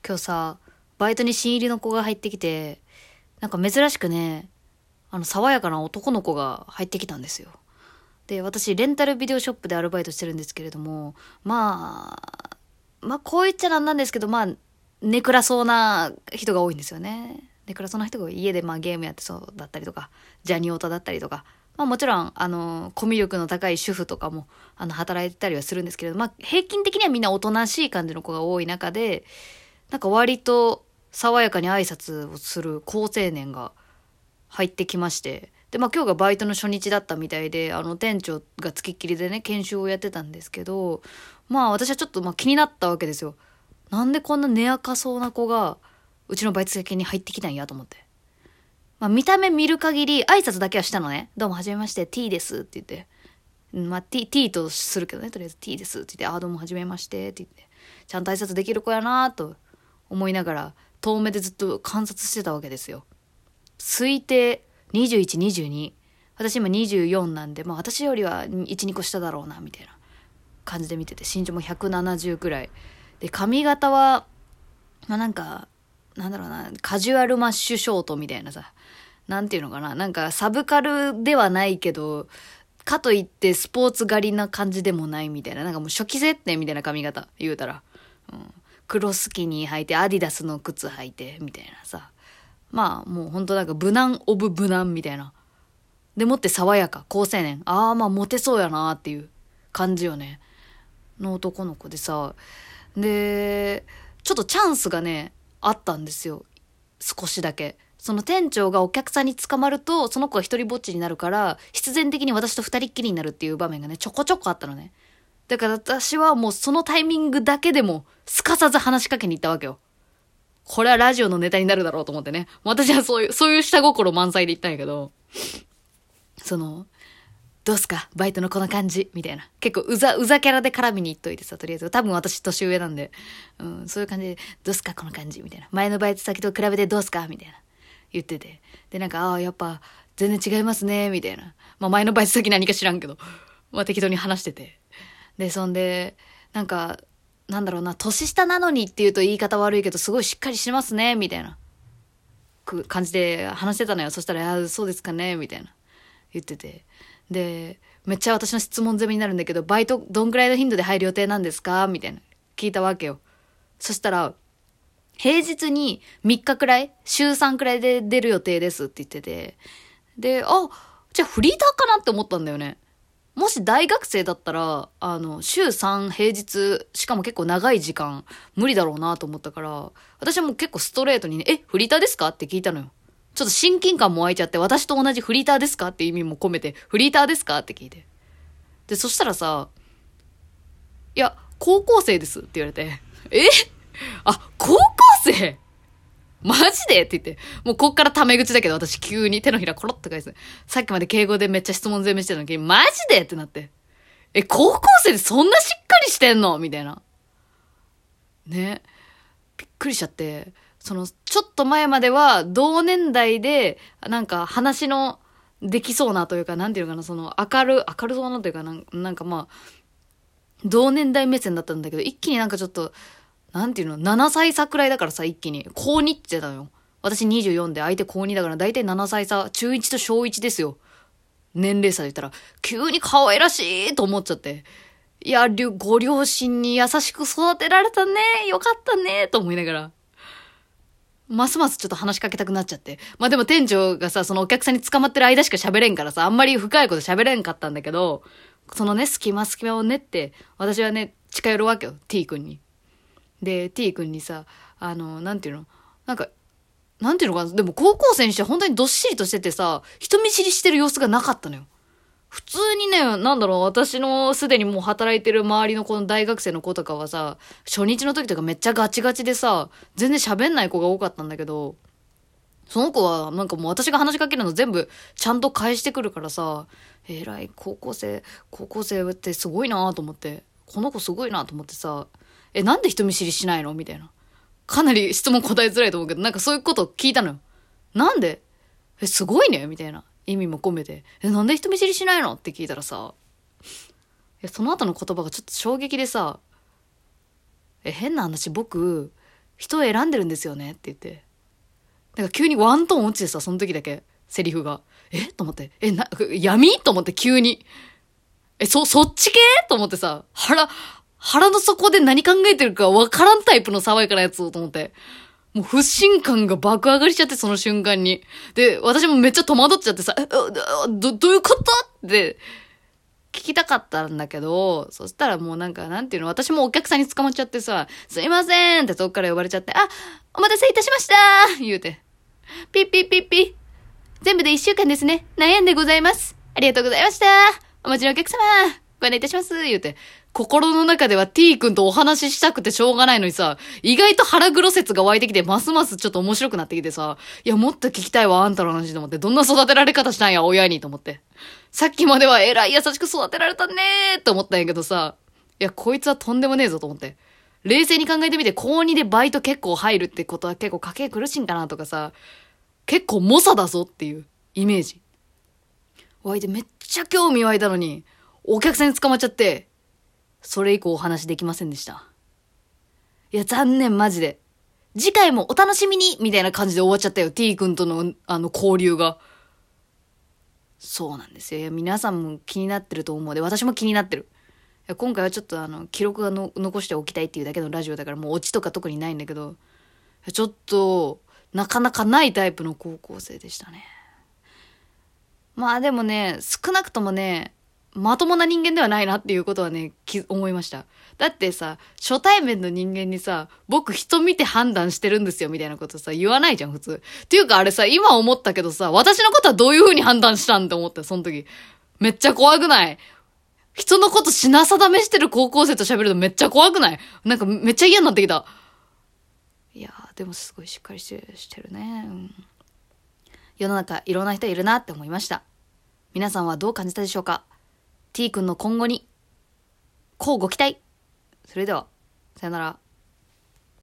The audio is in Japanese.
今日さ、バイトに新入りの子が入ってきて、なんか珍しくね、爽やかな男の子が入ってきたんですよ。で、私、レンタルビデオショップでアルバイトしてるんですけれども、こう言っちゃなんなんですけど、ネクラそうな人が多いんですよね。ネクラそうな人が家でゲームやってそうだったりとか、ジャニオタだったりとか、もちろん、コミュ力の高い主婦とかも、働いてたりはするんですけれど、平均的にはみんなおとなしい感じの子が多い中で、なんか割と爽やかに挨拶をする好青年が入ってきまして、で、今日がバイトの初日だったみたいで、店長がつきっきりでね、研修をやってたんですけど、私はちょっと気になったわけですよ。なんでこんな根垢そうな子が、うちのバイト先に入ってきたんやと思って。見た目見る限り挨拶だけはしたのね。どうもはじめまして、T ですって言って。T とするけどね、とりあえず T ですって言って、どうもはじめましてって言って、ちゃんと挨拶できる子やなと思いながら、遠目でずっと観察してたわけですよ。推定21、22。私今24なんで、私よりは1、2個下だろうな、みたいな感じで見てて、身長も170くらい。で、髪型は、なんだろうな、カジュアルマッシュショートみたいなさ、なんていうのかな、なんかサブカルではないけど、かといってスポーツ狩りな感じでもないみたいな、なんかもう初期設定みたいな髪型、言うたら。黒スキニー履いて、アディダスの靴履いて、みたいなさ。もうほんとなんか無難オブ無難みたいな。でもって爽やか、好青年。モテそうやなっていう感じよね。の男の子でさ。で、ちょっとチャンスがね、あったんですよ。少しだけ。その店長がお客さんに捕まると、その子が一人ぼっちになるから、必然的に私と二人っきりになるっていう場面がね、ちょこちょこあったのね。だから私はもうそのタイミングだけでも、すかさず話しかけに行ったわけよ。これはラジオのネタになるだろうと思ってね。私はそういう下心満載で言ったんやけど、どうすかバイトのこの感じみたいな。結構うざキャラで絡みに行っといてさ、とりあえず。多分私年上なんで。そういう感じで、どうすかこの感じみたいな。前のバイト先と比べてどうすかみたいな。言ってて。で、なんか、やっぱ、全然違いますね、みたいな。前のバイト先何か知らんけど。適当に話してて。で、そんで、なんか、なんだろうな、年下なのにって言うと言い方悪いけど、すごいしっかりしてますね、みたいな。感じで話してたのよ。そしたら、そうですかね、みたいな。言ってて。で、めっちゃ私の質問攻めになるんだけど、バイトどんくらいの頻度で入る予定なんですかみたいな。聞いたわけよ。そしたら、平日に3日くらい、週3くらいで出る予定ですって言ってて。で、じゃあフリーターかなって思ったんだよね。もし大学生だったら、週3平日、しかも結構長い時間、無理だろうなと思ったから、私はもう結構ストレートにね、フリーターですかって聞いたのよ。ちょっと親近感も湧いちゃって、私と同じフリーターですかって意味も込めて、フリーターですかって聞いて。で、そしたらさ、いや、高校生ですって言われて、高校生マジでって言って、もうこっからタメ口だけど、私急に手のひらコロッと返す。さっきまで敬語でめっちゃ質問攻めしてたのに、マジでってなって。高校生でそんなしっかりしてんのみたいな。ね。びっくりしちゃって。ちょっと前までは同年代で、なんか話のできそうなというか、なんていうのかな、明るそうなというか、なんか同年代目線だったんだけど、一気になんかちょっと、なんていうの、7歳差くらいだからさ、一気に。高2って言ってたのよ。私24で相手高2だから、だいたい7歳差、中1と小1ですよ。年齢差で言ったら、急に可愛らしいと思っちゃって。いや、ご両親に優しく育てられたね。よかったね。と思いながら。ますますちょっと話しかけたくなっちゃって。でも店長がさ、そのお客さんに捕まってる間しか喋れんからさ、あんまり深いこと喋れんかったんだけど、そのね、隙間を練って、私はね、近寄るわけよ、T 君に。で、T 君にさ、なんていうのなんていうのかな、でも高校生にしては本当にどっしりとしててさ、人見知りしてる様子がなかったのよ。普通にね、私のすでにもう働いてる周りのこの大学生の子とかはさ、初日の時とかめっちゃガチガチでさ、全然喋んない子が多かったんだけど、その子はなんかもう私が話しかけるの全部ちゃんと返してくるからさ、偉い高校生ってすごいなと思って、この子すごいなと思ってさ、なんで人見知りしないのみたいな。かなり質問答えづらいと思うけど、なんかそういうこと聞いたのよ。なんですごいねみたいな。意味も込めて、なんで人見知りしないのって聞いたらさ、その後の言葉がちょっと衝撃でさ、変な話、僕、 人を選んでるんですよねって言って。なんか急にワントーン落ちてさ、その時だけ、セリフが。と思って。闇と思って急に。そっち系と思ってさ、腹の底で何考えてるかわからんタイプの爽やかなやつをと思って。もう不信感が爆上がりしちゃって、その瞬間に。で、私もめっちゃ戸惑っちゃってさ、どういうことって聞きたかったんだけど、そしたらもうなんか、なんていうの、私もお客さんに捕まっちゃってさ、すいませんって遠くから呼ばれちゃって、お待たせいたしました言うて。ピッピッピッピッ。全部で1週間ですね。悩んでございます。ありがとうございました。お待ちのお客様、ご案内いたします。言うて。心の中では T 君とお話ししたくてしょうがないのにさ、意外と腹黒説が湧いてきて、ますますちょっと面白くなってきてさ、いや、もっと聞きたいわ、あんたの話と思って、どんな育てられ方したんや、親にと思って。さっきまでは偉い優しく育てられたねーって思ったんやけどさ、いや、こいつはとんでもねえぞと思って。冷静に考えてみて、高2でバイト結構入るってことは結構家計苦しいんかなとかさ、結構猛者だぞっていうイメージ。湧いてめっちゃ興味湧いたのに、お客さんに捕まっちゃって、それ以降お話できませんでした。いや、残念マジで。次回もお楽しみにみたいな感じで終わっちゃったよ。T 君との交流が。そうなんですよ。いや、皆さんも気になってると思うで、私も気になってる。いや、今回はちょっと記録が残しておきたいっていうだけのラジオだからもうオチとか特にないんだけど、ちょっと、なかなかないタイプの高校生でしたね。まあでもね、少なくともね、まともな人間ではないなっていうことはね、思いました。だってさ、初対面の人間にさ、僕人見て判断してるんですよみたいなことさ、言わないじゃん、普通。っていうかあれさ、今思ったけどさ、私のことはどういう風に判断したんって思ったよ、その時。めっちゃ怖くない？人のこと品定めしてる高校生と喋るのめっちゃ怖くない？なんかめっちゃ嫌になってきた。いやー、でもすごいしっかりしてるね。うん。世の中いろんな人いるなって思いました。皆さんはどう感じたでしょうか？ T 君の今後に、乞うご期待。それでは、さよなら。